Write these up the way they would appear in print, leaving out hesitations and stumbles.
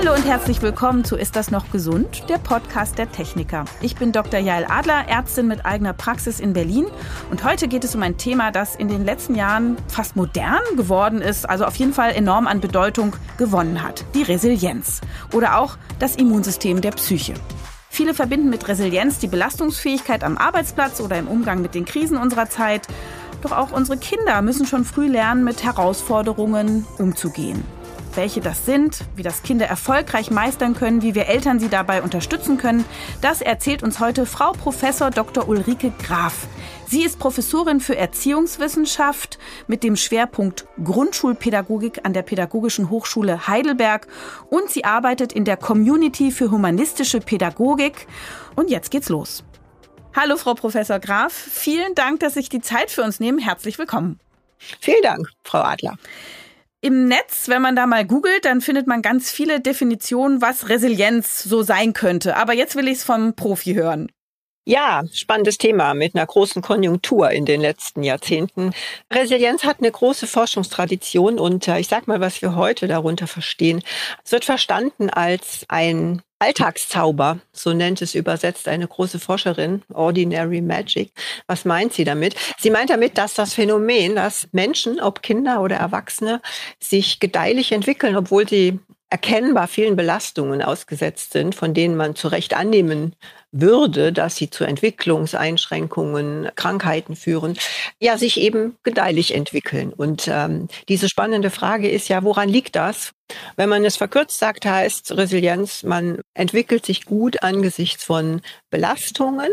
Hallo und herzlich willkommen zu Ist das noch gesund? Der Podcast der Techniker. Ich bin Dr. Jael Adler, Ärztin mit eigener Praxis in Berlin. Und heute geht es um ein Thema, das in den letzten Jahren fast modern geworden ist, also auf jeden Fall enorm an Bedeutung gewonnen hat. Die Resilienz oder auch das Immunsystem der Psyche. Viele verbinden mit Resilienz die Belastungsfähigkeit am Arbeitsplatz oder im Umgang mit den Krisen unserer Zeit. Doch auch unsere Kinder müssen schon früh lernen, mit Herausforderungen umzugehen. Welche das sind, wie das Kinder erfolgreich meistern können, wie wir Eltern sie dabei unterstützen können, das erzählt uns heute Frau Prof. Dr. Ulrike Graf. Sie ist Professorin für Erziehungswissenschaft mit dem Schwerpunkt Grundschulpädagogik an der Pädagogischen Hochschule Heidelberg und sie arbeitet in der Community für humanistische Pädagogik. Und jetzt geht's los. Hallo Frau Professor Graf, vielen Dank, dass Sie sich die Zeit für uns nehmen. Herzlich willkommen. Vielen Dank, Frau Adler. Im Netz, wenn man da mal googelt, dann findet man ganz viele Definitionen, was Resilienz so sein könnte. Aber jetzt will ich es vom Profi hören. Ja, spannendes Thema mit einer großen Konjunktur in den letzten Jahrzehnten. Resilienz hat eine große Forschungstradition und ich sag mal, was wir heute darunter verstehen. Es wird verstanden als ein Alltagszauber, so nennt es übersetzt eine große Forscherin, Ordinary Magic. Was meint sie damit? Sie meint damit, dass das Phänomen, dass Menschen, ob Kinder oder Erwachsene, sich gedeihlich entwickeln, obwohl sie erkennbar vielen Belastungen ausgesetzt sind, von denen man zu Recht annehmen würde, dass sie zu Entwicklungseinschränkungen, Krankheiten führen, ja, sich eben gedeihlich entwickeln. Und diese spannende Frage ist ja, woran liegt das? Wenn man es verkürzt sagt, heißt Resilienz, man entwickelt sich gut angesichts von Belastungen.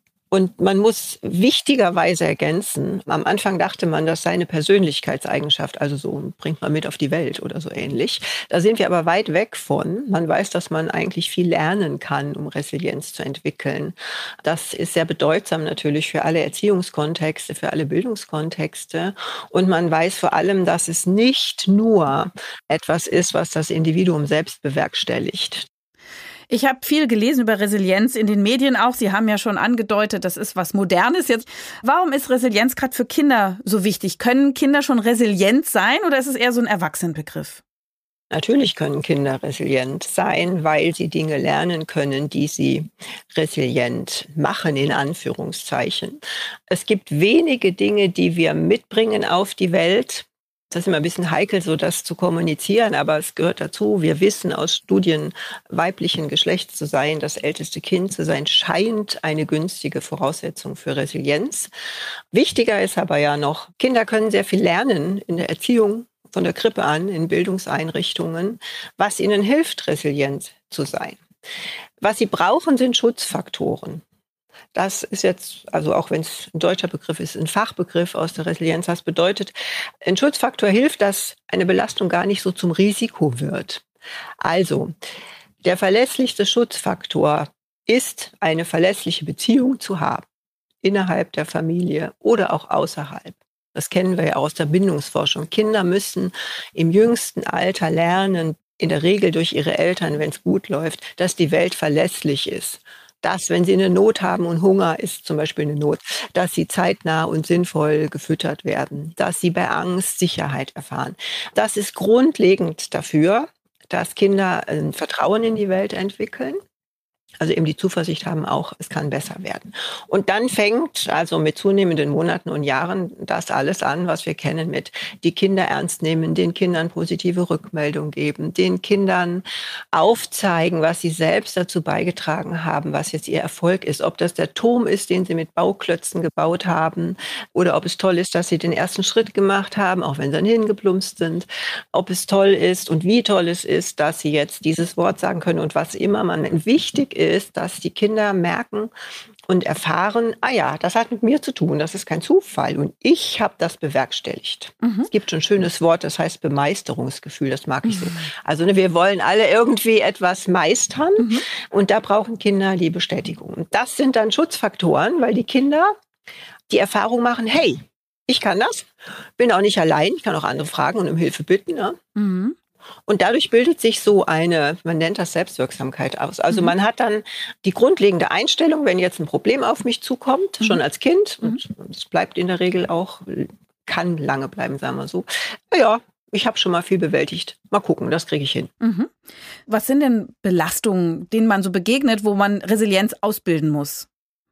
Und man muss wichtigerweise ergänzen, am Anfang dachte man, das sei eine Persönlichkeitseigenschaft, also so bringt man mit auf die Welt oder so ähnlich. Da sind wir aber weit weg von. Man weiß, dass man eigentlich viel lernen kann, um Resilienz zu entwickeln. Das ist sehr bedeutsam natürlich für alle Erziehungskontexte, für alle Bildungskontexte. Und man weiß vor allem, dass es nicht nur etwas ist, was das Individuum selbst bewerkstelligt. Ich habe viel gelesen über Resilienz in den Medien auch. Sie haben ja schon angedeutet, das ist was Modernes jetzt. Warum ist Resilienz gerade für Kinder so wichtig? Können Kinder schon resilient sein oder ist es eher so ein Erwachsenenbegriff? Natürlich können Kinder resilient sein, weil sie Dinge lernen können, die sie resilient machen, in Anführungszeichen. Es gibt wenige Dinge, die wir mitbringen auf die Welt. Das ist immer ein bisschen heikel, so das zu kommunizieren, aber es gehört dazu. Wir wissen aus Studien, weiblichen Geschlechts zu sein, das älteste Kind zu sein, scheint eine günstige Voraussetzung für Resilienz. Wichtiger ist aber ja noch, Kinder können sehr viel lernen in der Erziehung, von der Krippe an, in Bildungseinrichtungen, was ihnen hilft, resilient zu sein. Was sie brauchen, sind Schutzfaktoren. Das ist jetzt, also auch wenn es ein deutscher Begriff ist, ein Fachbegriff aus der Resilienz. Das bedeutet, ein Schutzfaktor hilft, dass eine Belastung gar nicht so zum Risiko wird. Also, der verlässlichste Schutzfaktor ist, eine verlässliche Beziehung zu haben, innerhalb der Familie oder auch außerhalb. Das kennen wir ja aus der Bindungsforschung. Kinder müssen im jüngsten Alter lernen, in der Regel durch ihre Eltern, wenn es gut läuft, dass die Welt verlässlich ist. Dass, wenn sie eine Not haben und Hunger ist zum Beispiel eine Not, dass sie zeitnah und sinnvoll gefüttert werden, dass sie bei Angst Sicherheit erfahren. Das ist grundlegend dafür, dass Kinder ein Vertrauen in die Welt entwickeln. Also eben die Zuversicht haben auch, es kann besser werden. Und dann fängt also mit zunehmenden Monaten und Jahren das alles an, was wir kennen mit die Kinder ernst nehmen, den Kindern positive Rückmeldung geben, den Kindern aufzeigen, was sie selbst dazu beigetragen haben, was jetzt ihr Erfolg ist. Ob das der Turm ist, den sie mit Bauklötzen gebaut haben oder ob es toll ist, dass sie den ersten Schritt gemacht haben, auch wenn sie dann hingeplumpst sind. Ob es toll ist und wie toll es ist, dass sie jetzt dieses Wort sagen können und was immer man wichtig ist, dass die Kinder merken und erfahren, ah ja, das hat mit mir zu tun, das ist kein Zufall und ich habe das bewerkstelligt. Es gibt schon ein schönes Wort, das heißt Bemeisterungsgefühl, das mag ich so. Also wir wollen alle irgendwie etwas meistern und da brauchen Kinder die Bestätigung. Und das sind dann Schutzfaktoren, weil die Kinder die Erfahrung machen, hey, ich kann das, bin auch nicht allein, ich kann auch andere fragen und um Hilfe bitten. Ja? Und dadurch bildet sich so eine, man nennt das Selbstwirksamkeit aus. Also man hat dann die grundlegende Einstellung, wenn jetzt ein Problem auf mich zukommt, schon als Kind, und es bleibt in der Regel auch, kann lange bleiben, sagen wir so. Ja, ich habe schon mal viel bewältigt. Mal gucken, das kriege ich hin. Mhm. Was sind denn Belastungen, denen man so begegnet, wo man Resilienz ausbilden muss?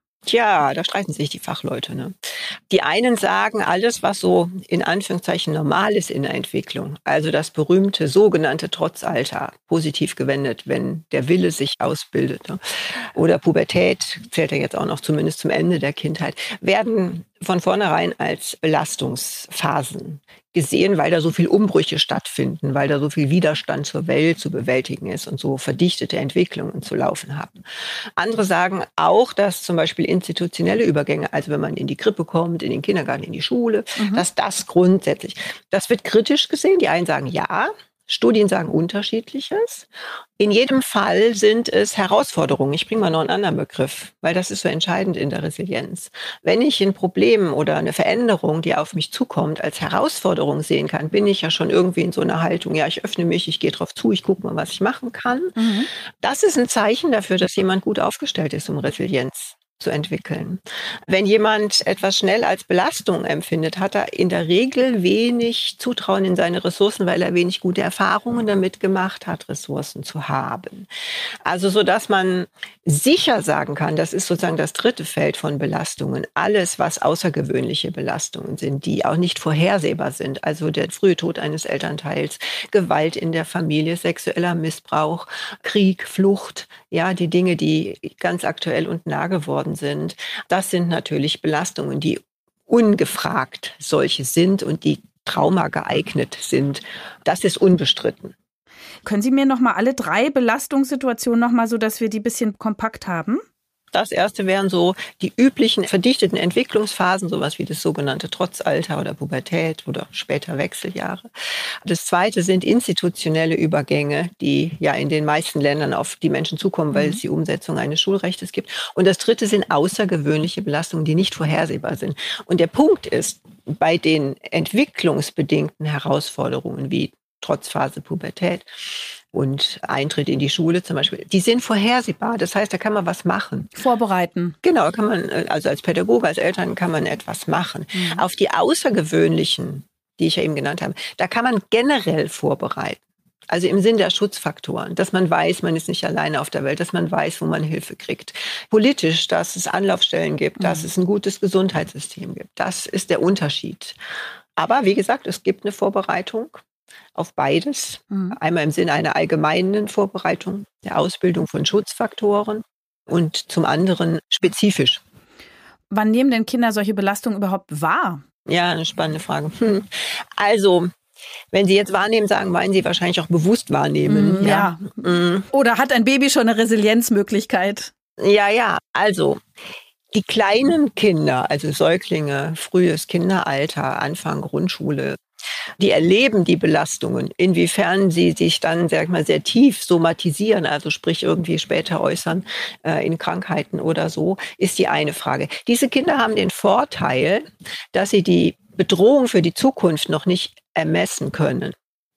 Tja, da streiten sich die Fachleute, ne? Die einen sagen, alles, was so in Anführungszeichen normal ist in der Entwicklung, also das berühmte sogenannte Trotzalter, positiv gewendet, wenn der Wille sich ausbildet, ne? Oder Pubertät, zählt ja jetzt auch noch zumindest zum Ende der Kindheit, werden von vornherein als Belastungsphasen gesehen, weil da so viel Umbrüche stattfinden, weil da so viel Widerstand zur Welt zu bewältigen ist und so verdichtete Entwicklungen zu laufen haben. Andere sagen auch, dass zum Beispiel institutionelle Übergänge, also wenn man in die Krippe kommt, in den Kindergarten, in die Schule, dass das grundsätzlich, das wird kritisch gesehen. Die einen sagen ja, Studien sagen Unterschiedliches. In jedem Fall sind es Herausforderungen. Ich bringe mal noch einen anderen Begriff, weil das ist so entscheidend in der Resilienz. Wenn ich ein Problem oder eine Veränderung, die auf mich zukommt, als Herausforderung sehen kann, bin ich ja schon irgendwie in so einer Haltung, ja, ich öffne mich, ich gehe drauf zu, ich gucke mal, was ich machen kann. Das ist ein Zeichen dafür, dass jemand gut aufgestellt ist, um Resilienz zu entwickeln. Wenn jemand etwas schnell als Belastung empfindet, hat er in der Regel wenig Zutrauen in seine Ressourcen, weil er wenig gute Erfahrungen damit gemacht hat, Ressourcen zu haben. Also so, dass man sicher sagen kann, das ist sozusagen das dritte Feld von Belastungen. Alles, was außergewöhnliche Belastungen sind, die auch nicht vorhersehbar sind. Also der frühe Tod eines Elternteils, Gewalt in der Familie, sexueller Missbrauch, Krieg, Flucht, ja, die Dinge, die ganz aktuell und nah geworden sind. Das sind natürlich Belastungen, die ungefragt solche sind und die Trauma geeignet sind. Das ist unbestritten. Können Sie mir noch mal alle 3 Belastungssituationen noch mal so, dass wir die ein bisschen kompakt haben? Das erste wären so die üblichen verdichteten Entwicklungsphasen, sowas wie das sogenannte Trotzalter oder Pubertät oder später Wechseljahre. Das zweite sind institutionelle Übergänge, die ja in den meisten Ländern auf die Menschen zukommen, weil es die Umsetzung eines Schulrechtes gibt. Und das dritte sind außergewöhnliche Belastungen, die nicht vorhersehbar sind. Und der Punkt ist, bei den entwicklungsbedingten Herausforderungen wie Trotzphase, Pubertät und Eintritt in die Schule zum Beispiel, die sind vorhersehbar. Das heißt, da kann man was machen. Vorbereiten. Genau, kann man, also als Pädagoge, als Eltern kann man etwas machen. Auf die außergewöhnlichen, die ich ja eben genannt habe, da kann man generell vorbereiten. Also im Sinn der Schutzfaktoren, dass man weiß, man ist nicht alleine auf der Welt, dass man weiß, wo man Hilfe kriegt. Politisch, dass es Anlaufstellen gibt, dass es ein gutes Gesundheitssystem gibt. Das ist der Unterschied. Aber wie gesagt, es gibt eine Vorbereitung auf beides. Einmal im Sinne einer allgemeinen Vorbereitung, der Ausbildung von Schutzfaktoren und zum anderen spezifisch. Wann nehmen denn Kinder solche Belastungen überhaupt wahr? Ja, eine spannende Frage. Also, wenn Sie jetzt wahrnehmen sagen, meinen Sie wahrscheinlich auch bewusst wahrnehmen. Ja. Oder hat ein Baby schon eine Resilienzmöglichkeit? Ja. Also, die kleinen Kinder, also Säuglinge, frühes Kinderalter, Anfang Grundschule, die erleben die Belastungen. Inwiefern sie sich dann, sag ich mal, sehr tief somatisieren, also sprich irgendwie später äußern in Krankheiten oder so, ist die eine Frage. Diese Kinder haben den Vorteil, dass sie die Bedrohung für die Zukunft noch nicht ermessen können.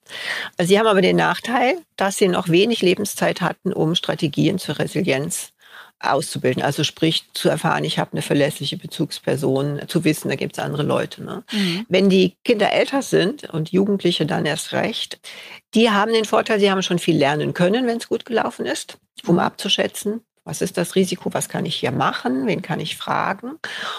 Sie haben aber den Nachteil, dass sie noch wenig Lebenszeit hatten, um Strategien zur Resilienz auszubilden. Also sprich, zu erfahren, ich habe eine verlässliche Bezugsperson, zu wissen, da gibt es andere Leute. Ne? Wenn die Kinder älter sind und Jugendliche dann erst recht, die haben den Vorteil, sie haben schon viel lernen können, wenn es gut gelaufen ist, um abzuschätzen, was ist das Risiko, was kann ich hier machen, wen kann ich fragen,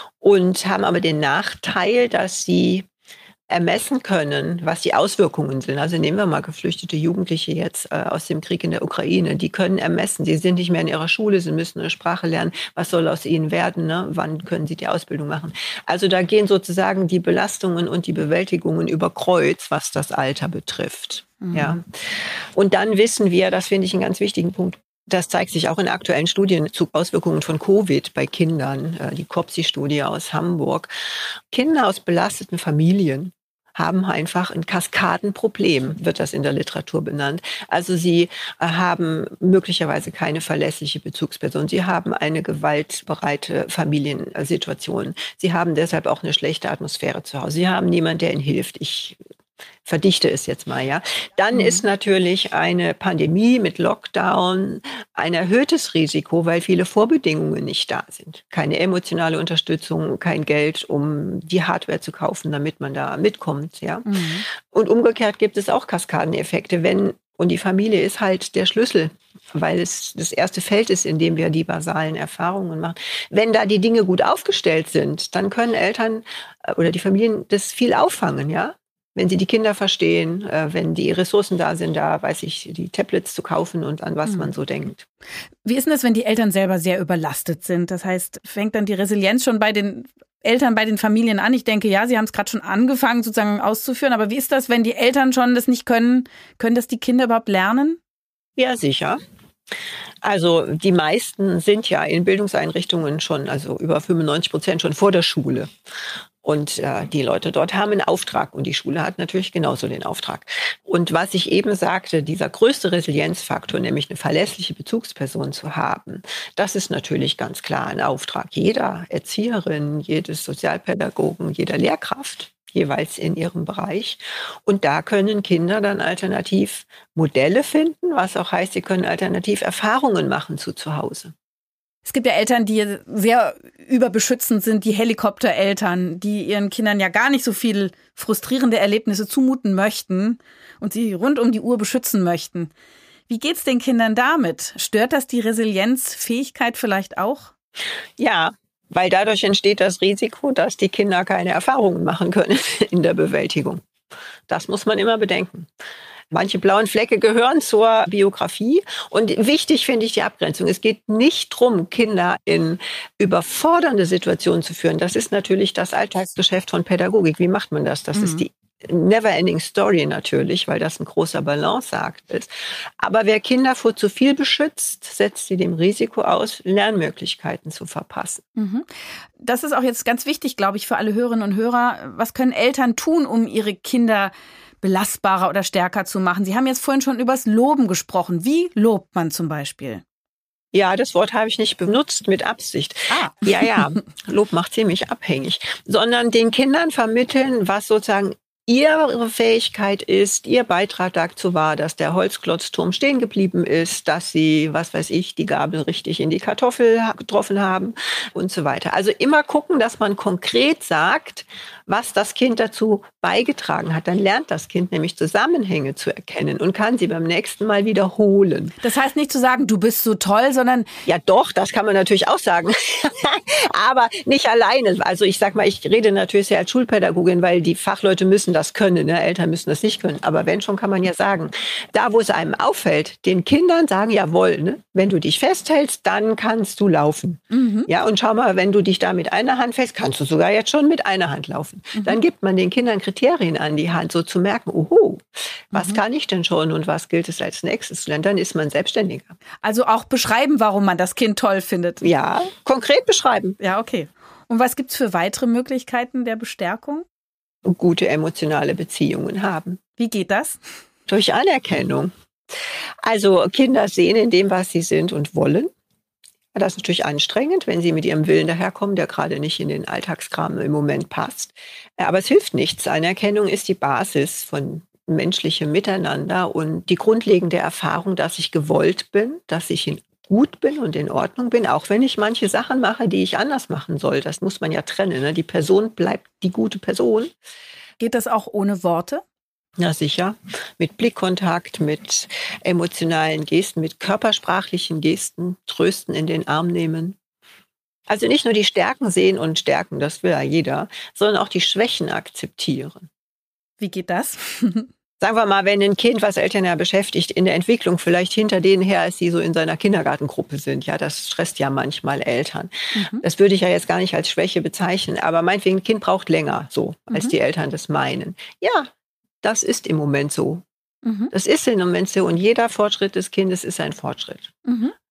und haben aber den Nachteil, dass sie ermessen können, was die Auswirkungen sind. Also nehmen wir mal geflüchtete Jugendliche jetzt aus dem Krieg in der Ukraine. Die können ermessen. Sie sind nicht mehr in ihrer Schule, sie müssen eine Sprache lernen. Was soll aus ihnen werden? Ne? Wann können sie die Ausbildung machen? Also da gehen sozusagen die Belastungen und die Bewältigungen über Kreuz, was das Alter betrifft. Ja. Und dann wissen wir, das finde ich einen ganz wichtigen Punkt, das zeigt sich auch in aktuellen Studien zu Auswirkungen von Covid bei Kindern, die COPSI-Studie aus Hamburg. Kinder aus belasteten Familien haben einfach ein Kaskadenproblem, wird das in der Literatur benannt. Also sie haben möglicherweise keine verlässliche Bezugsperson. Sie haben eine gewaltbereite Familiensituation. Sie haben deshalb auch eine schlechte Atmosphäre zu Hause. Sie haben niemanden, der ihnen hilft. Ich verdichte es jetzt mal, ja. Dann ist natürlich eine Pandemie mit Lockdown ein erhöhtes Risiko, weil viele Vorbedingungen nicht da sind. Keine emotionale Unterstützung, kein Geld, um die Hardware zu kaufen, damit man da mitkommt, ja. Und umgekehrt gibt es auch Kaskadeneffekte, und die Familie ist halt der Schlüssel, weil es das erste Feld ist, in dem wir die basalen Erfahrungen machen. Wenn da die Dinge gut aufgestellt sind, dann können Eltern oder die Familien das viel auffangen, ja. Wenn sie die Kinder verstehen, wenn die Ressourcen da sind, da weiß ich, die Tablets zu kaufen und an was man so denkt. Wie ist denn das, wenn die Eltern selber sehr überlastet sind? Das heißt, fängt dann die Resilienz schon bei den Eltern, bei den Familien an? Ich denke, ja, Sie haben es gerade schon angefangen sozusagen auszuführen, aber wie ist das, wenn die Eltern schon das nicht können? Können das die Kinder überhaupt lernen? Ja, sicher. Also die meisten sind ja in Bildungseinrichtungen schon, also über 95% schon vor der Schule. Und die Leute dort haben einen Auftrag und die Schule hat natürlich genauso den Auftrag. Und was ich eben sagte, dieser größte Resilienzfaktor, nämlich eine verlässliche Bezugsperson zu haben, das ist natürlich ganz klar ein Auftrag jeder Erzieherin, jedes Sozialpädagogen, jeder Lehrkraft, jeweils in ihrem Bereich. Und da können Kinder dann alternativ Modelle finden, was auch heißt, sie können alternativ Erfahrungen machen zu Hause. Es gibt ja Eltern, die sehr überbeschützend sind, die Helikoptereltern, die ihren Kindern ja gar nicht so viel frustrierende Erlebnisse zumuten möchten und sie rund um die Uhr beschützen möchten. Wie geht's den Kindern damit? Stört das die Resilienzfähigkeit vielleicht auch? Ja, weil dadurch entsteht das Risiko, dass die Kinder keine Erfahrungen machen können in der Bewältigung. Das muss man immer bedenken. Manche blauen Flecke gehören zur Biografie. Und wichtig finde ich die Abgrenzung. Es geht nicht darum, Kinder in überfordernde Situationen zu führen. Das ist natürlich das Alltagsgeschäft von Pädagogik. Wie macht man das? Das ist die Never-ending Story natürlich, weil das ein großer Balanceakt ist. Aber wer Kinder vor zu viel beschützt, setzt sie dem Risiko aus, Lernmöglichkeiten zu verpassen. Das ist auch jetzt ganz wichtig, glaube ich, für alle Hörerinnen und Hörer. Was können Eltern tun, um ihre Kinder belastbarer oder stärker zu machen? Sie haben jetzt vorhin schon übers Loben gesprochen. Wie lobt man zum Beispiel? Ja, das Wort habe ich nicht benutzt mit Absicht. Ja, Lob macht ziemlich abhängig. Sondern den Kindern vermitteln, was sozusagen ihre Fähigkeit ist, ihr Beitrag dazu war, dass der Holzklotzturm stehen geblieben ist, dass sie, was weiß ich, die Gabel richtig in die Kartoffel getroffen haben und so weiter. Also immer gucken, dass man konkret sagt, was das Kind dazu beigetragen hat. Dann lernt das Kind nämlich Zusammenhänge zu erkennen und kann sie beim nächsten Mal wiederholen. Das heißt nicht zu sagen, du bist so toll, sondern... Ja doch, das kann man natürlich auch sagen. Aber nicht alleine. Also ich sag mal, ich rede natürlich sehr als Schulpädagogin, weil die Fachleute müssen das können, ne? Eltern müssen das nicht können. Aber wenn schon, kann man ja sagen, da wo es einem auffällt, den Kindern sagen, jawohl, ne? Wenn du dich festhältst, dann kannst du laufen. Ja, und schau mal, wenn du dich da mit einer Hand fest, kannst du sogar jetzt schon mit einer Hand laufen. Dann gibt man den Kindern Kriterien an die Hand, so zu merken, was kann ich denn schon und was gilt es als nächstes zu lernen? Dann ist man selbstständiger. Also auch beschreiben, warum man das Kind toll findet. Ja, konkret beschreiben. Ja, okay. Und was gibt's für weitere Möglichkeiten der Bestärkung? Gute emotionale Beziehungen haben. Wie geht das? Durch Anerkennung. Also Kinder sehen in dem, was sie sind und wollen. Das ist natürlich anstrengend, wenn sie mit ihrem Willen daherkommen, der gerade nicht in den Alltagskram im Moment passt. Aber es hilft nichts. Anerkennung ist die Basis von menschlichem Miteinander und die grundlegende Erfahrung, dass ich gewollt bin, dass ich gut bin und in Ordnung bin, auch wenn ich manche Sachen mache, die ich anders machen soll. Das muss man ja trennen, ne? Die Person bleibt die gute Person. Geht das auch ohne Worte? Ja, sicher. Mit Blickkontakt, mit emotionalen Gesten, mit körpersprachlichen Gesten, trösten, in den Arm nehmen. Also nicht nur die Stärken sehen und stärken, das will ja jeder, sondern auch die Schwächen akzeptieren. Wie geht das? Sagen wir mal, wenn ein Kind, was Eltern ja beschäftigt, in der Entwicklung vielleicht hinter denen her, als sie so in seiner Kindergartengruppe sind. Ja, das stresst ja manchmal Eltern. Das würde ich ja jetzt gar nicht als Schwäche bezeichnen. Aber meinetwegen, ein Kind braucht länger so, als die Eltern das meinen. Ja, das ist im Moment so. Das ist im Moment so. Und jeder Fortschritt des Kindes ist ein Fortschritt.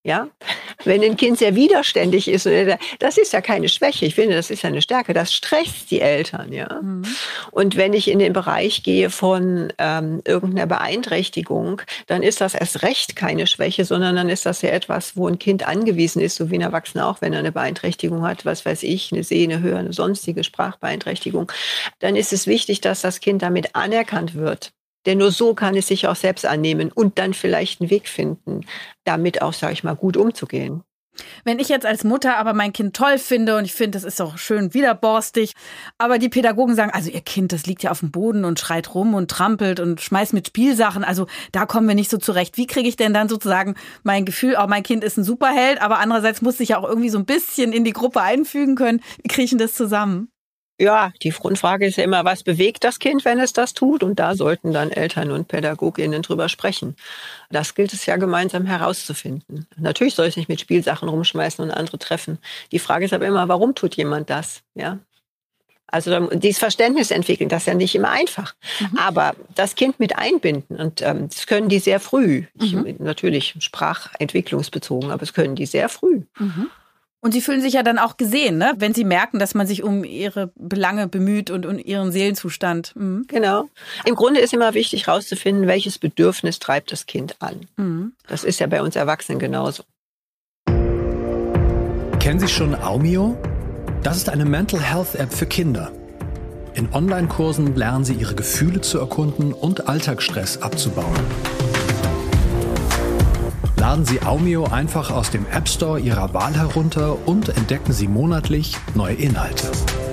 Ja, wenn ein Kind sehr widerständig ist, das ist ja keine Schwäche. Ich finde, das ist ja eine Stärke. Das stresst die Eltern, ja. Und wenn ich in den Bereich gehe von irgendeiner Beeinträchtigung, dann ist das erst recht keine Schwäche, sondern dann ist das ja etwas, wo ein Kind angewiesen ist, so wie ein Erwachsener auch, wenn er eine Beeinträchtigung hat, was weiß ich, eine Seh-, eine Hör-, eine sonstige Sprachbeeinträchtigung, dann ist es wichtig, dass das Kind damit anerkannt wird. Denn nur so kann es sich auch selbst annehmen und dann vielleicht einen Weg finden, damit auch, sage ich mal, gut umzugehen. Wenn ich jetzt als Mutter aber mein Kind toll finde und ich finde, das ist auch schön widerborstig, aber die Pädagogen sagen, also ihr Kind, das liegt ja auf dem Boden und schreit rum und trampelt und schmeißt mit Spielsachen, also da kommen wir nicht so zurecht. Wie kriege ich denn dann sozusagen mein Gefühl, auch mein Kind ist ein Superheld, aber andererseits muss sich ja auch irgendwie so ein bisschen in die Gruppe einfügen können. Wie kriege ich denn das zusammen? Ja, die Grundfrage ist ja immer, was bewegt das Kind, wenn es das tut? Und da sollten dann Eltern und PädagogInnen drüber sprechen. Das gilt es ja gemeinsam herauszufinden. Natürlich soll es nicht mit Spielsachen rumschmeißen und andere treffen. Die Frage ist aber immer, warum tut jemand das? Ja. Also dieses Verständnis entwickeln, das ist ja nicht immer einfach. Aber das Kind mit einbinden, und das können die sehr früh. Natürlich sprachentwicklungsbezogen, aber das können die sehr früh. Und sie fühlen sich ja dann auch gesehen, ne? Wenn sie merken, dass man sich um ihre Belange bemüht und um ihren Seelenzustand. Genau. Im Grunde ist immer wichtig herauszufinden, welches Bedürfnis treibt das Kind an. Das ist ja bei uns Erwachsenen genauso. Kennen Sie schon Aumio? Das ist eine Mental Health App für Kinder. In Online-Kursen lernen sie, ihre Gefühle zu erkunden und Alltagsstress abzubauen. Laden Sie Aumio einfach aus dem App Store Ihrer Wahl herunter und entdecken Sie monatlich neue Inhalte.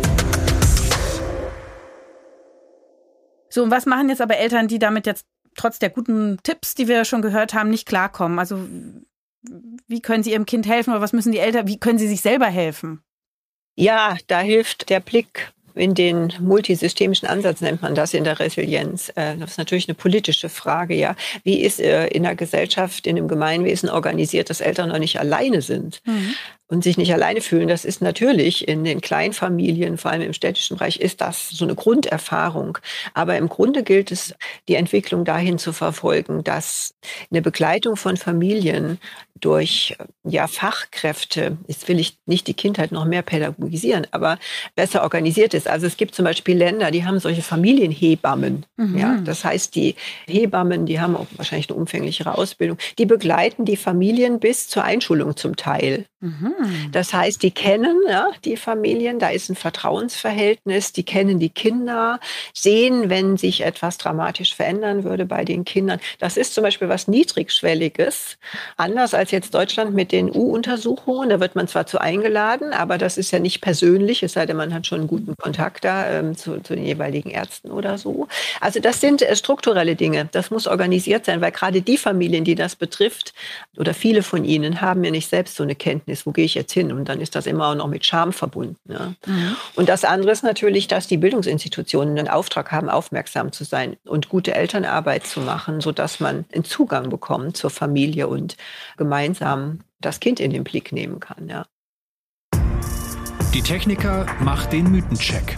So, und was machen jetzt aber Eltern, die damit jetzt trotz der guten Tipps, die wir schon gehört haben, nicht klarkommen? Also wie können sie ihrem Kind helfen oder was müssen die Eltern, wie können sie sich selber helfen? Ja, da hilft der Blick in den multisystemischen Ansatz, nennt man das in der Resilienz. Das ist natürlich eine politische Frage, ja. Wie ist in der Gesellschaft, in dem Gemeinwesen organisiert, dass Eltern noch nicht alleine sind und sich nicht alleine fühlen? Das ist natürlich in den Kleinfamilien, vor allem im städtischen Bereich, ist das so eine Grunderfahrung. Aber im Grunde gilt es, die Entwicklung dahin zu verfolgen, dass eine Begleitung von Familien durch Fachkräfte, jetzt will ich nicht die Kindheit noch mehr pädagogisieren, aber besser organisiert ist. Also es gibt zum Beispiel Länder, die haben solche Familienhebammen. Ja, das heißt, die Hebammen, die haben auch wahrscheinlich eine umfänglichere Ausbildung, die begleiten die Familien bis zur Einschulung zum Teil. Das heißt, die kennen die Familien, da ist ein Vertrauensverhältnis, die kennen die Kinder, sehen, wenn sich etwas dramatisch verändern würde bei den Kindern. Das ist zum Beispiel was Niedrigschwelliges, anders als jetzt Deutschland mit den U-Untersuchungen. Da wird man zwar zu eingeladen, aber das ist ja nicht persönlich, es sei denn, man hat schon einen guten Kontakt da zu den jeweiligen Ärzten oder so. Also das sind strukturelle Dinge. Das muss organisiert sein, weil gerade die Familien, die das betrifft, oder viele von ihnen, haben ja nicht selbst so eine Kenntnis, wo gehe ich jetzt hin? Und dann ist das immer auch noch mit Scham verbunden. Ja. Und das andere ist natürlich, dass die Bildungsinstitutionen einen Auftrag haben, aufmerksam zu sein und gute Elternarbeit zu machen, sodass man einen Zugang bekommt zur Familie und gemeinsam das Kind in den Blick nehmen kann. Ja. Die Techniker macht den Mythencheck.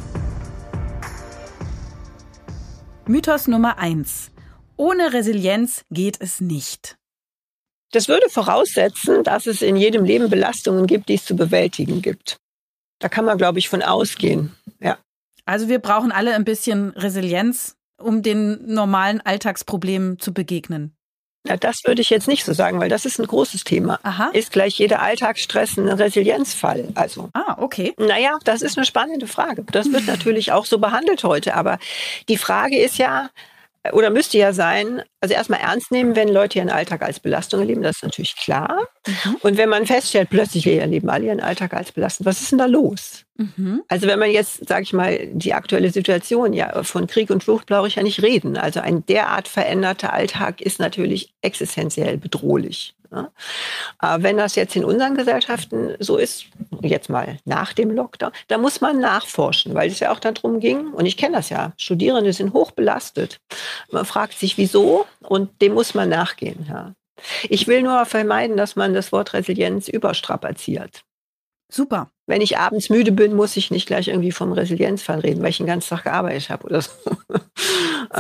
Mythos Nummer 1. Ohne Resilienz geht es nicht. Das würde voraussetzen, dass es in jedem Leben Belastungen gibt, die es zu bewältigen gibt. Da kann man, glaube ich, von ausgehen. Ja. Also wir brauchen alle ein bisschen Resilienz, um den normalen Alltagsproblemen zu begegnen. Ja, das würde ich jetzt nicht so sagen, weil das ist ein großes Thema. Aha. Ist gleich jeder Alltagsstress ein Resilienzfall? Also, okay. Naja, das ist eine spannende Frage. Das wird natürlich auch so behandelt heute. Aber die Frage ist ja, oder müsste ja sein, also erstmal ernst nehmen, wenn Leute ihren Alltag als Belastung erleben, das ist natürlich klar. Und wenn man feststellt, plötzlich erleben alle ihren Alltag als Belastung, was ist denn da los? Also wenn man jetzt, sage ich mal, die aktuelle Situation, ja, von Krieg und Flucht brauche ich ja nicht reden. Also ein derart veränderter Alltag ist natürlich existenziell bedrohlich. Ja. Wenn das jetzt in unseren Gesellschaften so ist, jetzt mal nach dem Lockdown, da muss man nachforschen, weil es ja auch darum ging, und ich kenne das ja, Studierende sind hoch belastet. Man fragt sich, wieso, und dem muss man nachgehen. Ja. Ich will nur vermeiden, dass man das Wort Resilienz überstrapaziert. Super. Wenn ich abends müde bin, muss ich nicht gleich irgendwie vom Resilienzfall reden, weil ich den ganzen Tag gearbeitet habe oder so.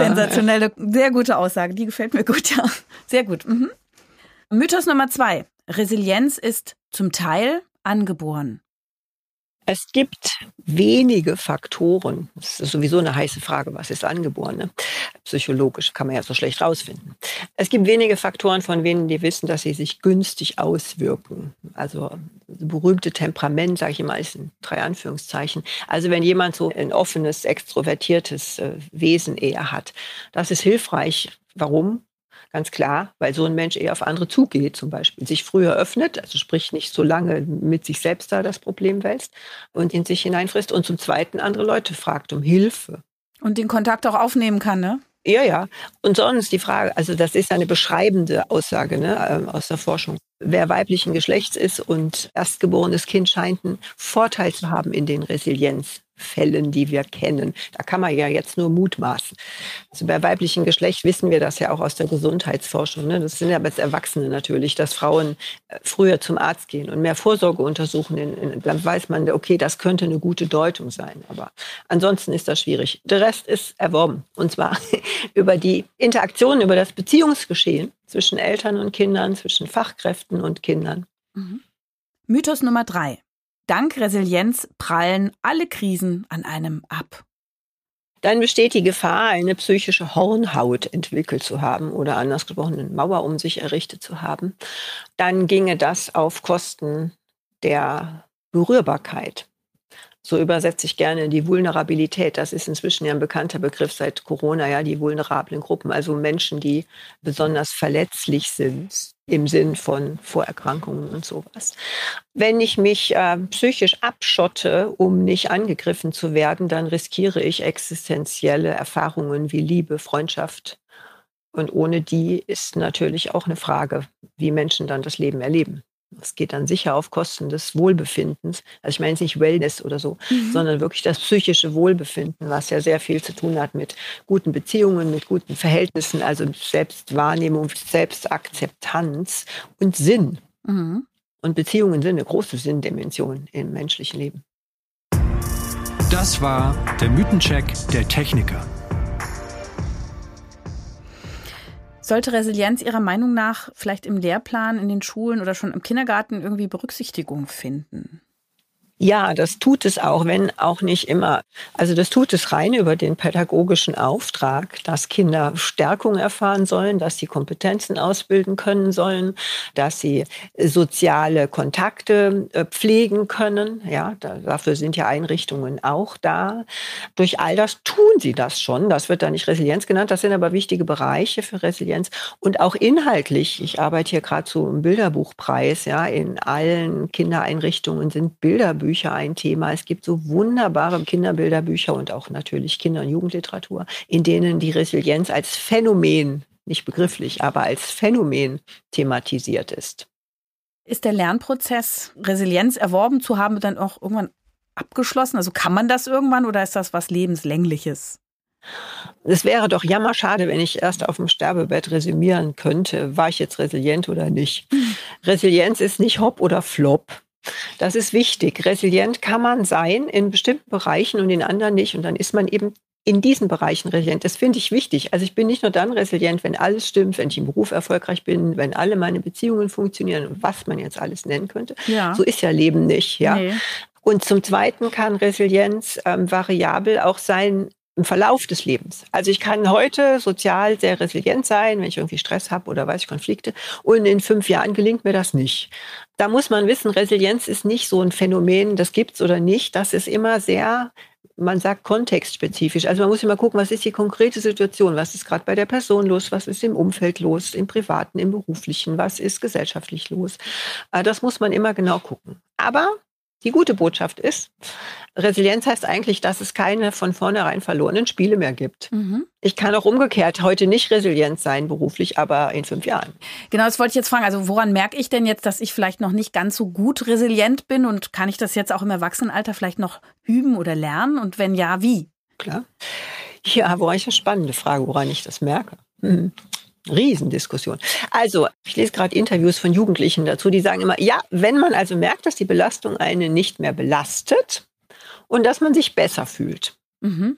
Sensationelle, sehr gute Aussage, die gefällt mir gut, ja. Sehr gut. Mythos Nummer 2. Resilienz ist zum Teil angeboren. Es gibt wenige Faktoren, das ist sowieso eine heiße Frage, was ist angeboren, ne? Psychologisch kann man ja so schlecht rausfinden. Es gibt wenige Faktoren, von denen die wissen, dass sie sich günstig auswirken. Also das berühmte Temperament, sage ich immer, ist in 3 Anführungszeichen. Also wenn jemand so ein offenes, extrovertiertes Wesen eher hat, das ist hilfreich. Warum? Ganz klar, weil so ein Mensch eher auf andere zugeht, zum Beispiel, sich früher öffnet, also sprich nicht so lange mit sich selbst da das Problem wälzt und in sich hineinfrisst und zum Zweiten andere Leute fragt um Hilfe. Und den Kontakt auch aufnehmen kann, ne? Ja. Und sonst die Frage, also das ist eine beschreibende Aussage, ne, aus der Forschung. Wer weiblichen Geschlechts ist und erstgeborenes Kind scheint einen Vorteil zu haben in den Resilienzfällen, die wir kennen. Da kann man ja jetzt nur mutmaßen. Also bei weiblichem Geschlecht wissen wir das ja auch aus der Gesundheitsforschung, ne? Das sind ja jetzt Erwachsene natürlich, dass Frauen früher zum Arzt gehen und mehr Vorsorge untersuchen. Dann weiß man, okay, das könnte eine gute Deutung sein. Aber ansonsten ist das schwierig. Der Rest ist erworben. Und zwar über die Interaktion, über das Beziehungsgeschehen zwischen Eltern und Kindern, zwischen Fachkräften und Kindern. Mythos Nummer 3. Dank Resilienz prallen alle Krisen an einem ab. Dann besteht die Gefahr, eine psychische Hornhaut entwickelt zu haben oder anders gesprochen eine Mauer um sich errichtet zu haben. Dann ginge das auf Kosten der Berührbarkeit. So übersetze ich gerne die Vulnerabilität. Das ist inzwischen ja ein bekannter Begriff seit Corona, ja, die vulnerablen Gruppen. Also Menschen, die besonders verletzlich sind im Sinn von Vorerkrankungen und sowas. Wenn ich mich psychisch abschotte, um nicht angegriffen zu werden, dann riskiere ich existenzielle Erfahrungen wie Liebe, Freundschaft. Und ohne die ist natürlich auch eine Frage, wie Menschen dann das Leben erleben. Es geht dann sicher auf Kosten des Wohlbefindens. Also ich meine jetzt nicht Wellness oder so, sondern wirklich das psychische Wohlbefinden, was ja sehr viel zu tun hat mit guten Beziehungen, mit guten Verhältnissen, also Selbstwahrnehmung, Selbstakzeptanz und Sinn. Und Beziehungen sind eine große Sinndimension im menschlichen Leben. Das war der Mythencheck der Techniker. Sollte Resilienz Ihrer Meinung nach vielleicht im Lehrplan, in den Schulen oder schon im Kindergarten irgendwie Berücksichtigung finden? Ja, das tut es auch, wenn auch nicht immer. Also das tut es rein über den pädagogischen Auftrag, dass Kinder Stärkung erfahren sollen, dass sie Kompetenzen ausbilden können sollen, dass sie soziale Kontakte pflegen können. Ja, dafür sind ja Einrichtungen auch da. Durch all das tun sie das schon. Das wird da nicht Resilienz genannt. Das sind aber wichtige Bereiche für Resilienz. Und auch inhaltlich. Ich arbeite hier gerade so im Bilderbuchpreis. Ja, in allen Kindereinrichtungen sind Bilderbücher ein Thema. Es gibt so wunderbare Kinderbilderbücher und auch natürlich Kinder- und Jugendliteratur, in denen die Resilienz als Phänomen, nicht begrifflich, aber als Phänomen thematisiert ist. Ist der Lernprozess, Resilienz erworben zu haben, dann auch irgendwann abgeschlossen? Also kann man das irgendwann oder ist das was Lebenslängliches? Es wäre doch jammerschade, wenn ich erst auf dem Sterbebett resümieren könnte, war ich jetzt resilient oder nicht. Resilienz ist nicht Hop oder Flop. Das ist wichtig. Resilient kann man sein in bestimmten Bereichen und in anderen nicht. Und dann ist man eben in diesen Bereichen resilient. Das finde ich wichtig. Also ich bin nicht nur dann resilient, wenn alles stimmt, wenn ich im Beruf erfolgreich bin, wenn alle meine Beziehungen funktionieren, was man jetzt alles nennen könnte. Ja. So ist ja Leben nicht. Ja? Nee. Und zum Zweiten kann Resilienz variabel auch sein im Verlauf des Lebens. Also ich kann heute sozial sehr resilient sein, wenn ich irgendwie Stress habe oder weiß ich Konflikte. Und in 5 Jahren gelingt mir das nicht. Da muss man wissen, Resilienz ist nicht so ein Phänomen, das gibt's oder nicht. Das ist immer sehr, man sagt kontextspezifisch. Also man muss immer gucken, was ist die konkrete Situation? Was ist gerade bei der Person los? Was ist im Umfeld los? Im Privaten, im Beruflichen? Was ist gesellschaftlich los? Das muss man immer genau gucken. Aber die gute Botschaft ist, Resilienz heißt eigentlich, dass es keine von vornherein verlorenen Spiele mehr gibt. Ich kann auch umgekehrt heute nicht resilient sein beruflich, aber in 5 Jahren. Genau, das wollte ich jetzt fragen. Also woran merke ich denn jetzt, dass ich vielleicht noch nicht ganz so gut resilient bin? Und kann ich das jetzt auch im Erwachsenenalter vielleicht noch üben oder lernen? Und wenn ja, wie? Klar. Ja, woran ich eine spannende Frage, woran ich das merke. Riesendiskussion. Also, ich lese gerade Interviews von Jugendlichen dazu, die sagen immer, ja, wenn man also merkt, dass die Belastung einen nicht mehr belastet und dass man sich besser fühlt.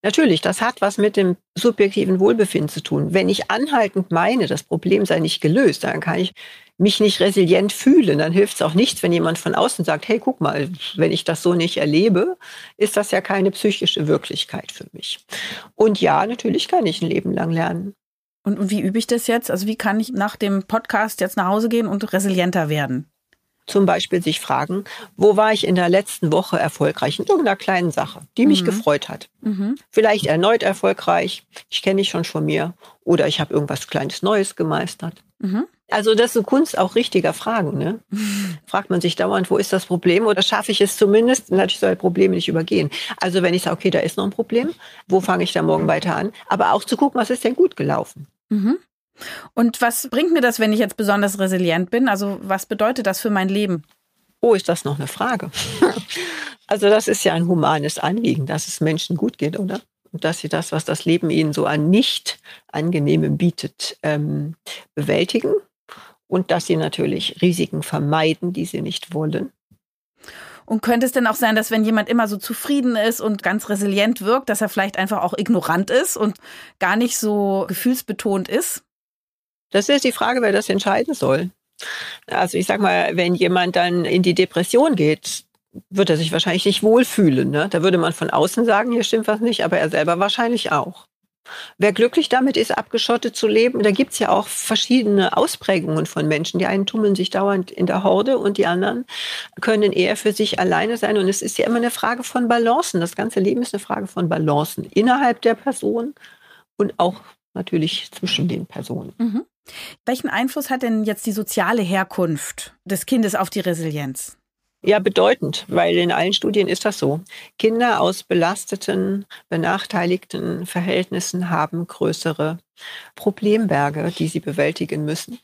Natürlich, das hat was mit dem subjektiven Wohlbefinden zu tun. Wenn ich anhaltend meine, das Problem sei nicht gelöst, dann kann ich mich nicht resilient fühlen. Dann hilft es auch nichts, wenn jemand von außen sagt, hey, guck mal, wenn ich das so nicht erlebe, ist das ja keine psychische Wirklichkeit für mich. Und ja, natürlich kann ich ein Leben lang lernen. Und wie übe ich das jetzt? Also wie kann ich nach dem Podcast jetzt nach Hause gehen und resilienter werden? Zum Beispiel sich fragen, wo war ich in der letzten Woche erfolgreich in irgendeiner kleinen Sache, die mich gefreut hat. Vielleicht erneut erfolgreich, ich kenne dich schon von mir, oder ich habe irgendwas Kleines Neues gemeistert. Also das ist eine Kunst auch richtiger Fragen. Ne? Fragt man sich dauernd, wo ist das Problem, oder schaffe ich es zumindest? Natürlich soll Probleme nicht übergehen. Also wenn ich sage, okay, da ist noch ein Problem, wo fange ich da morgen weiter an? Aber auch zu gucken, was ist denn gut gelaufen? Und was bringt mir das, wenn ich jetzt besonders resilient bin? Also was bedeutet das für mein Leben? Oh, ist das noch eine Frage? Also das ist ja ein humanes Anliegen, dass es Menschen gut geht, oder? Und dass sie das, was das Leben ihnen so an nicht Angenehmem bietet, bewältigen. Und dass sie natürlich Risiken vermeiden, die sie nicht wollen. Und könnte es denn auch sein, dass wenn jemand immer so zufrieden ist und ganz resilient wirkt, dass er vielleicht einfach auch ignorant ist und gar nicht so gefühlsbetont ist? Das ist die Frage, wer das entscheiden soll. Also ich sag mal, wenn jemand dann in die Depression geht, wird er sich wahrscheinlich nicht wohlfühlen. Ne? Da würde man von außen sagen, hier stimmt was nicht, aber er selber wahrscheinlich auch. Wer glücklich damit ist, abgeschottet zu leben, da gibt's ja auch verschiedene Ausprägungen von Menschen. Die einen tummeln sich dauernd in der Horde und die anderen können eher für sich alleine sein. Und es ist ja immer eine Frage von Balancen. Das ganze Leben ist eine Frage von Balancen innerhalb der Person und auch natürlich zwischen den Personen. Welchen Einfluss hat denn jetzt die soziale Herkunft des Kindes auf die Resilienz? Ja, bedeutend, weil in allen Studien ist das so. Kinder aus belasteten, benachteiligten Verhältnissen haben größere Problemberge, die sie bewältigen müssen,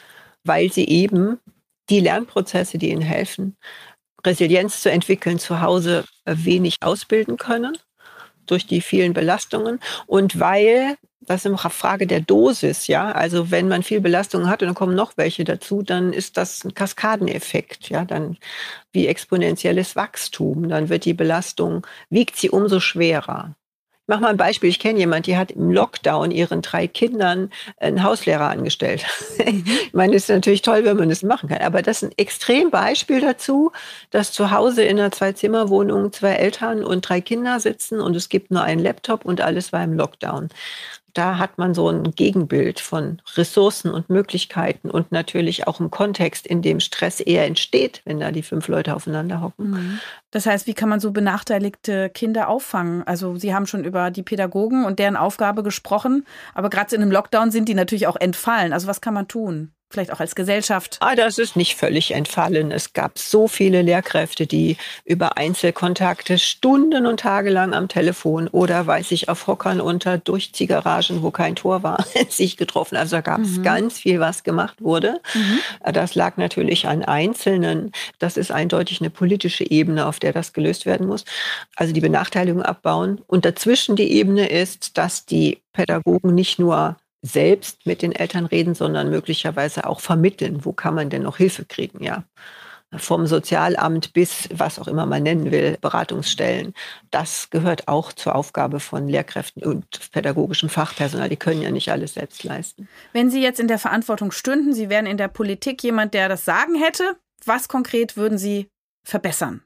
weil sie eben die Lernprozesse, die ihnen helfen, Resilienz zu entwickeln, zu Hause wenig ausbilden können durch die vielen Belastungen und weil das ist eine Frage der Dosis, ja. Also wenn man viel Belastung hat und dann kommen noch welche dazu, dann ist das ein Kaskadeneffekt, ja. Dann wie exponentielles Wachstum. Dann wird die Belastung, wiegt sie umso schwerer. Ich mache mal ein Beispiel. Ich kenne jemanden, die hat im Lockdown ihren 3 Kindern einen Hauslehrer angestellt. Ich meine, das ist natürlich toll, wenn man das machen kann. Aber das ist ein Extrembeispiel dazu, dass zu Hause in einer 2-Zimmer-Wohnung 2 Eltern und 3 Kinder sitzen und es gibt nur einen Laptop und alles war im Lockdown. Da hat man so ein Gegenbild von Ressourcen und Möglichkeiten und natürlich auch im Kontext, in dem Stress eher entsteht, wenn da die 5 Leute aufeinander hocken. Das heißt, wie kann man so benachteiligte Kinder auffangen? Also Sie haben schon über die Pädagogen und deren Aufgabe gesprochen, aber gerade in einem Lockdown sind die natürlich auch entfallen. Also was kann man tun? Vielleicht auch als Gesellschaft? Das ist nicht völlig entfallen. Es gab so viele Lehrkräfte, die über Einzelkontakte Stunden und Tage lang am Telefon oder, weiß ich, auf Hockern unter Durchziehgaragen, wo kein Tor war, sich getroffen. Also da gab es ganz viel, was gemacht wurde. Das lag natürlich an Einzelnen. Das ist eindeutig eine politische Ebene, auf der das gelöst werden muss. Also die Benachteiligung abbauen. Und dazwischen die Ebene ist, dass die Pädagogen nicht nur selbst mit den Eltern reden, sondern möglicherweise auch vermitteln. Wo kann man denn noch Hilfe kriegen? Ja, vom Sozialamt bis, was auch immer man nennen will, Beratungsstellen. Das gehört auch zur Aufgabe von Lehrkräften und pädagogischem Fachpersonal. Die können ja nicht alles selbst leisten. Wenn Sie jetzt in der Verantwortung stünden, Sie wären in der Politik jemand, der das Sagen hätte, was konkret würden Sie verbessern?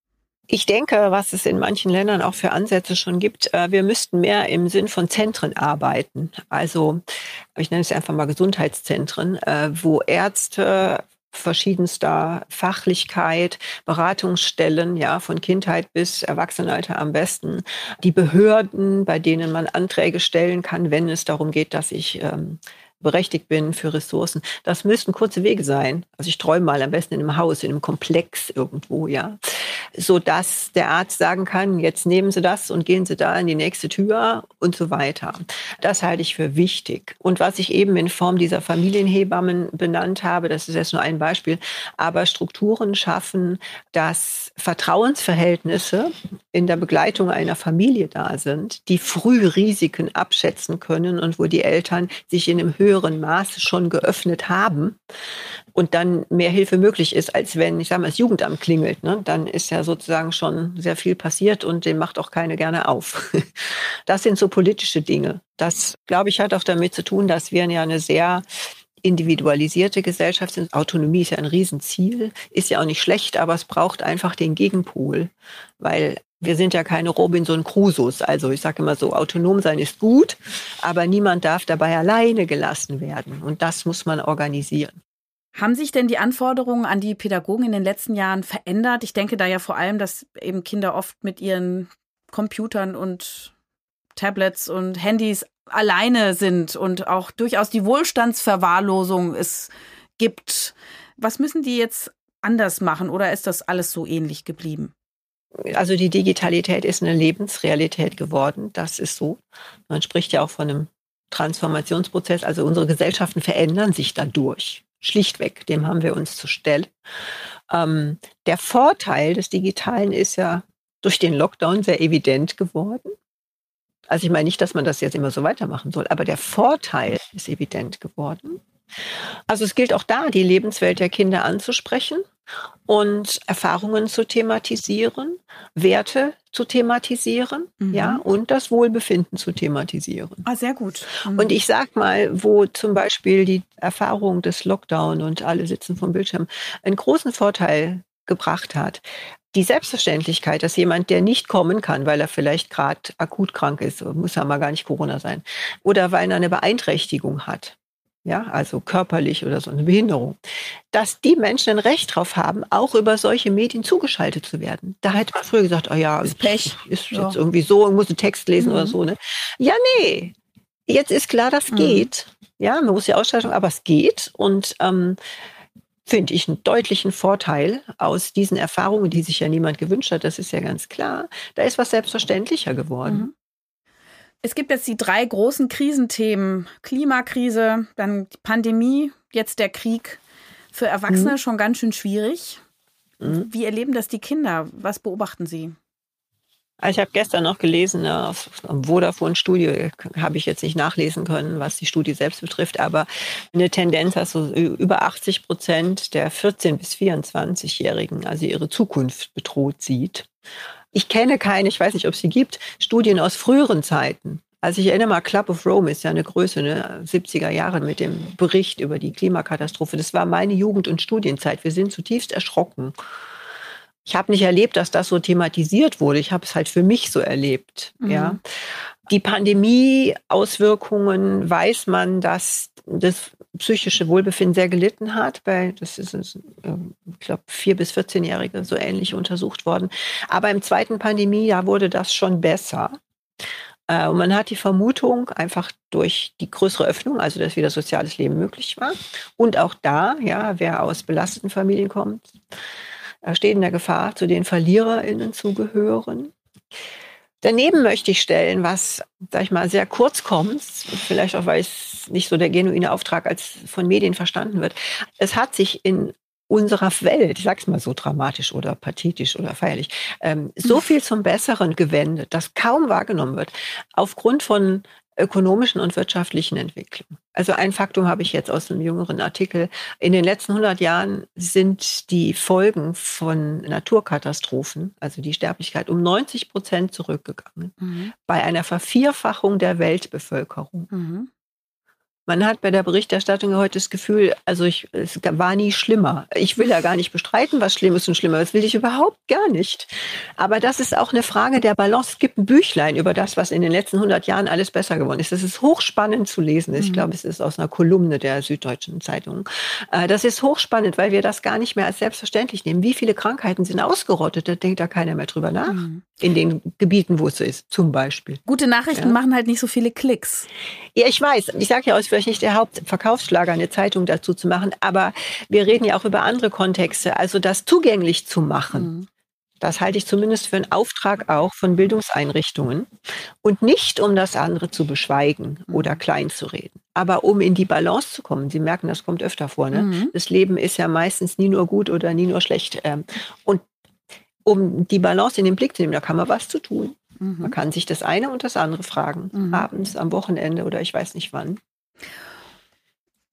Ich denke, was es in manchen Ländern auch für Ansätze schon gibt, wir müssten mehr im Sinn von Zentren arbeiten. Also, ich nenne es einfach mal Gesundheitszentren, wo Ärzte verschiedenster Fachlichkeit, Beratungsstellen, ja, von Kindheit bis Erwachsenenalter am besten, die Behörden, bei denen man Anträge stellen kann, wenn es darum geht, dass ich berechtigt bin für Ressourcen. Das müssten kurze Wege sein. Also ich träume mal am besten in einem Haus, in einem Komplex irgendwo, ja. So dass der Arzt sagen kann, jetzt nehmen Sie das und gehen Sie da in die nächste Tür und so weiter. Das halte ich für wichtig. Und was ich eben in Form dieser Familienhebammen benannt habe, das ist jetzt nur ein Beispiel, aber Strukturen schaffen, dass Vertrauensverhältnisse in der Begleitung einer Familie da sind, die früh Risiken abschätzen können und wo die Eltern sich in einem höheren höheren Maße schon geöffnet haben und dann mehr Hilfe möglich ist, als wenn, ich sage mal, das Jugendamt klingelt. Ne? Dann ist ja sozusagen schon sehr viel passiert und den macht auch keine gerne auf. Das sind so politische Dinge. Das, glaube ich, hat auch damit zu tun, dass wir ja eine sehr individualisierte Gesellschaft sind. Autonomie ist ja ein Riesenziel, ist ja auch nicht schlecht, aber es braucht einfach den Gegenpol, weil wir sind ja keine Robinson Crusoes. Also ich sage immer so, autonom sein ist gut, aber niemand darf dabei alleine gelassen werden. Und das muss man organisieren. Haben sich denn die Anforderungen an die Pädagogen in den letzten Jahren verändert? Ich denke da ja vor allem, dass eben Kinder oft mit ihren Computern und Tablets und Handys alleine sind und auch durchaus die Wohlstandsverwahrlosung es gibt. Was müssen die jetzt anders machen oder ist das alles so ähnlich geblieben? Also die Digitalität ist eine Lebensrealität geworden, das ist so. Man spricht ja auch von einem Transformationsprozess, also unsere Gesellschaften verändern sich dadurch. Schlichtweg, dem haben wir uns zu stellen. Der Vorteil des Digitalen ist ja durch den Lockdown sehr evident geworden. Also ich meine nicht, dass man das jetzt immer so weitermachen soll, aber der Vorteil ist evident geworden. Also es gilt auch da, die Lebenswelt der Kinder anzusprechen und Erfahrungen zu thematisieren, Werte zu thematisieren, ja, und das Wohlbefinden zu thematisieren. Ah, sehr gut. Und ich sag mal, wo zum Beispiel die Erfahrung des Lockdown und alle sitzen vom Bildschirm einen großen Vorteil gebracht hat. Die Selbstverständlichkeit, dass jemand, der nicht kommen kann, weil er vielleicht gerade akut krank ist, muss ja mal gar nicht Corona sein, oder weil er eine Beeinträchtigung hat, ja, also körperlich oder so eine Behinderung, dass die Menschen ein Recht drauf haben, auch über solche Medien zugeschaltet zu werden. Da hätte man früher gesagt, ist Pech, ist jetzt irgendwie so, ich muss einen Text lesen oder so. Ne? Ja, nee, jetzt ist klar, das geht. Ja, man muss die Ausstattung, aber es geht und finde ich einen deutlichen Vorteil aus diesen Erfahrungen, die sich ja niemand gewünscht hat, das ist ja ganz klar. Da ist was selbstverständlicher geworden. Es gibt jetzt die 3 großen Krisenthemen. Klimakrise, dann die Pandemie, jetzt der Krieg. Für Erwachsene schon ganz schön schwierig. Wie erleben das die Kinder? Was beobachten Sie? Ich habe gestern noch gelesen, auf einer Vodafone-Studie, habe ich jetzt nicht nachlesen können, was die Studie selbst betrifft, aber eine Tendenz, dass so über 80% der 14- bis 24-Jährigen also ihre Zukunft bedroht sieht. Ich kenne keine, ich weiß nicht, ob es sie gibt, Studien aus früheren Zeiten. Also ich erinnere mal, Club of Rome ist ja eine Größe, ne, 70er Jahre mit dem Bericht über die Klimakatastrophe. Das war meine Jugend- und Studienzeit. Wir sind zutiefst erschrocken. Ich habe nicht erlebt, dass das so thematisiert wurde. Ich habe es halt für mich so erlebt. Ja. Die Pandemie-Auswirkungen weiß man, dass das psychische Wohlbefinden sehr gelitten hat. Das ist, ich glaube, 4- bis 14-Jährige so ähnlich untersucht worden. Aber im zweiten Pandemiejahr wurde das schon besser. Und man hat die Vermutung, einfach durch die größere Öffnung, also dass wieder soziales Leben möglich war. Und auch da, ja, wer aus belasteten Familien kommt, steht in der Gefahr, zu den VerliererInnen zu gehören. Daneben möchte ich stellen, was, sag ich mal, sehr kurz kommt, vielleicht auch, weil es nicht so der genuine Auftrag als von Medien verstanden wird. Es hat sich in unserer Welt, ich sag's mal so dramatisch oder pathetisch oder feierlich, so viel zum Besseren gewendet, dass kaum wahrgenommen wird, aufgrund von ökonomischen und wirtschaftlichen Entwicklungen. Also ein Faktum habe ich jetzt aus einem jüngeren Artikel. In den letzten 100 Jahren sind die Folgen von Naturkatastrophen, also die Sterblichkeit, um 90% zurückgegangen. Bei einer Vervierfachung der Weltbevölkerung. Man hat bei der Berichterstattung heute das Gefühl, also es war nie schlimmer. Ich will ja gar nicht bestreiten, was schlimm ist und schlimmer. Das will ich überhaupt gar nicht. Aber das ist auch eine Frage der Balance. Es gibt ein Büchlein über das, was in den letzten 100 Jahren alles besser geworden ist. Das ist hochspannend zu lesen. Ich glaube, es ist aus einer Kolumne der Süddeutschen Zeitung. Das ist hochspannend, weil wir das gar nicht mehr als selbstverständlich nehmen. Wie viele Krankheiten sind ausgerottet? Da denkt da keiner mehr drüber nach. In den Gebieten, wo es so ist, zum Beispiel. Gute Nachrichten machen halt nicht so viele Klicks. Ja, ich weiß. Ich sage ja aus, vielleicht nicht der Hauptverkaufsschlager, eine Zeitung dazu zu machen, aber wir reden ja auch über andere Kontexte. Also das zugänglich zu machen, das halte ich zumindest für einen Auftrag auch von Bildungseinrichtungen und nicht, um das andere zu beschweigen oder klein zu reden, aber um in die Balance zu kommen. Sie merken, das kommt öfter vor. Ne? Das Leben ist ja meistens nie nur gut oder nie nur schlecht. Und um die Balance in den Blick zu nehmen, da kann man was zu tun. Man kann sich das eine und das andere fragen, abends, am Wochenende oder ich weiß nicht wann.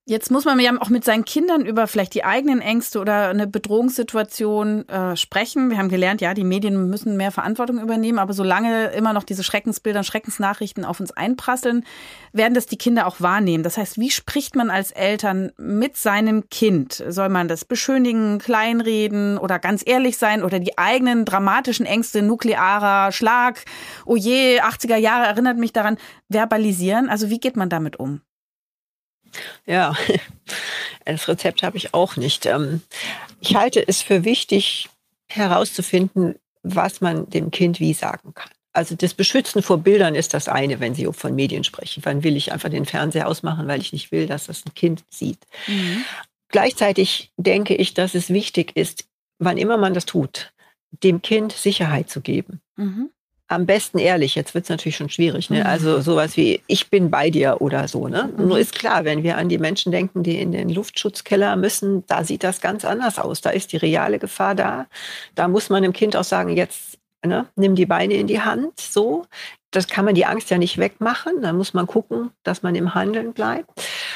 Jetzt muss man ja auch mit seinen Kindern über vielleicht die eigenen Ängste oder eine Bedrohungssituation sprechen. Wir haben gelernt, ja, die Medien müssen mehr Verantwortung übernehmen, aber solange immer noch diese Schreckensbilder und Schreckensnachrichten auf uns einprasseln, werden das die Kinder auch wahrnehmen. Das heißt, wie spricht man als Eltern mit seinem Kind? Soll man das beschönigen, kleinreden oder ganz ehrlich sein oder die eigenen dramatischen Ängste, nuklearer Schlag, oh je, 80er Jahre erinnert mich daran, verbalisieren? Also wie geht man damit um? Ja, das Rezept habe ich auch nicht. Ich halte es für wichtig, herauszufinden, was man dem Kind wie sagen kann. Also das Beschützen vor Bildern ist das eine, wenn Sie von Medien sprechen. Wann will ich einfach den Fernseher ausmachen, weil ich nicht will, dass das ein Kind sieht. Mhm. Gleichzeitig denke ich, dass es wichtig ist, wann immer man das tut, dem Kind Sicherheit zu geben. Mhm. Am besten ehrlich, jetzt wird es natürlich schon schwierig, ne? Also sowas wie, ich bin bei dir oder so, ne? Nur ist klar, wenn wir an die Menschen denken, die in den Luftschutzkeller müssen, da sieht das ganz anders aus. Da ist die reale Gefahr da. Da muss man dem Kind auch sagen, jetzt, ne, nimm die Beine in die Hand, so. Das kann man die Angst ja nicht wegmachen. Da muss man gucken, dass man im Handeln bleibt.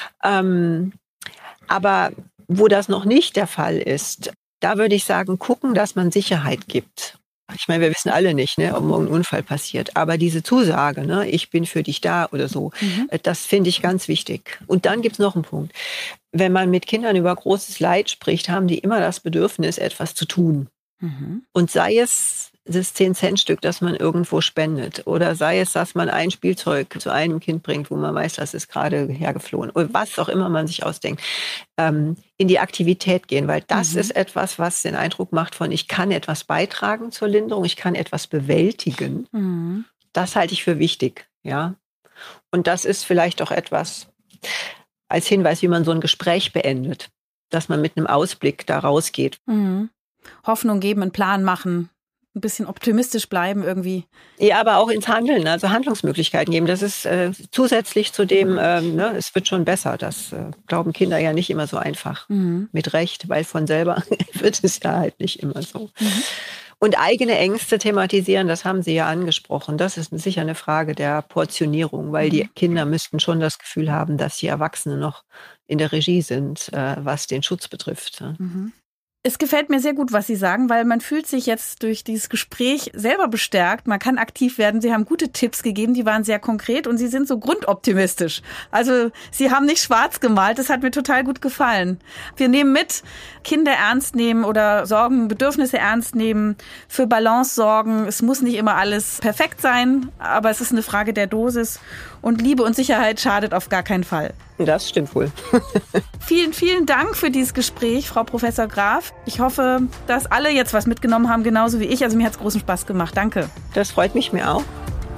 Aber wo das noch nicht der Fall ist, da würde ich sagen, gucken, dass man Sicherheit gibt. Ich meine, wir wissen alle nicht, ne, ob morgen ein Unfall passiert. Aber diese Zusage, ne, ich bin für dich da oder so, das finde ich ganz wichtig. Und dann gibt es noch einen Punkt. Wenn man mit Kindern über großes Leid spricht, haben die immer das Bedürfnis, etwas zu tun. Mhm. Und sei es das 10-Cent-Stück, das man irgendwo spendet. Oder sei es, dass man ein Spielzeug zu einem Kind bringt, wo man weiß, das ist gerade hergeflohen. Oder was auch immer man sich ausdenkt. In die Aktivität gehen. Weil das ist etwas, was den Eindruck macht von, ich kann etwas beitragen zur Linderung, ich kann etwas bewältigen. Mhm. Das halte ich für wichtig. Ja. Und das ist vielleicht auch etwas als Hinweis, wie man so ein Gespräch beendet. Dass man mit einem Ausblick da rausgeht. Mhm. Hoffnung geben, einen Plan machen. Ein bisschen optimistisch bleiben irgendwie. Ja, aber auch ins Handeln, also Handlungsmöglichkeiten geben. Das ist zusätzlich zu dem, ne, es wird schon besser. Das glauben Kinder ja nicht immer so einfach mit Recht, weil von selber wird es ja halt nicht immer so. Mhm. Und eigene Ängste thematisieren, das haben Sie ja angesprochen. Das ist sicher eine Frage der Portionierung, weil die Kinder müssten schon das Gefühl haben, dass die Erwachsenen noch in der Regie sind, was den Schutz betrifft. Mhm. Es gefällt mir sehr gut, was Sie sagen, weil man fühlt sich jetzt durch dieses Gespräch selber bestärkt. Man kann aktiv werden. Sie haben gute Tipps gegeben, die waren sehr konkret und Sie sind so grundoptimistisch. Also Sie haben nicht schwarz gemalt, das hat mir total gut gefallen. Wir nehmen mit, Kinder ernst nehmen oder Sorgen, Bedürfnisse ernst nehmen, für Balance sorgen. Es muss nicht immer alles perfekt sein, aber es ist eine Frage der Dosis. Und Liebe und Sicherheit schadet auf gar keinen Fall. Das stimmt wohl. Vielen, vielen Dank für dieses Gespräch, Frau Professor Graf. Ich hoffe, dass alle jetzt was mitgenommen haben, genauso wie ich. Also mir hat es großen Spaß gemacht. Danke. Das freut mich mir auch.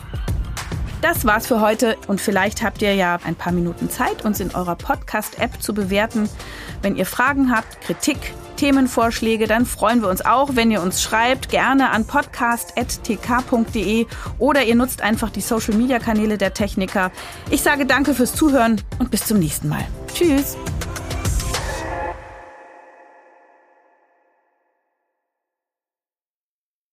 Das war's für heute und vielleicht habt ihr ja ein paar Minuten Zeit, uns in eurer Podcast-App zu bewerten. Wenn ihr Fragen habt, Kritik, Themenvorschläge, dann freuen wir uns auch, wenn ihr uns schreibt, gerne an podcast@tk.de oder ihr nutzt einfach die Social-Media-Kanäle der Techniker. Ich sage danke fürs Zuhören und bis zum nächsten Mal. Tschüss!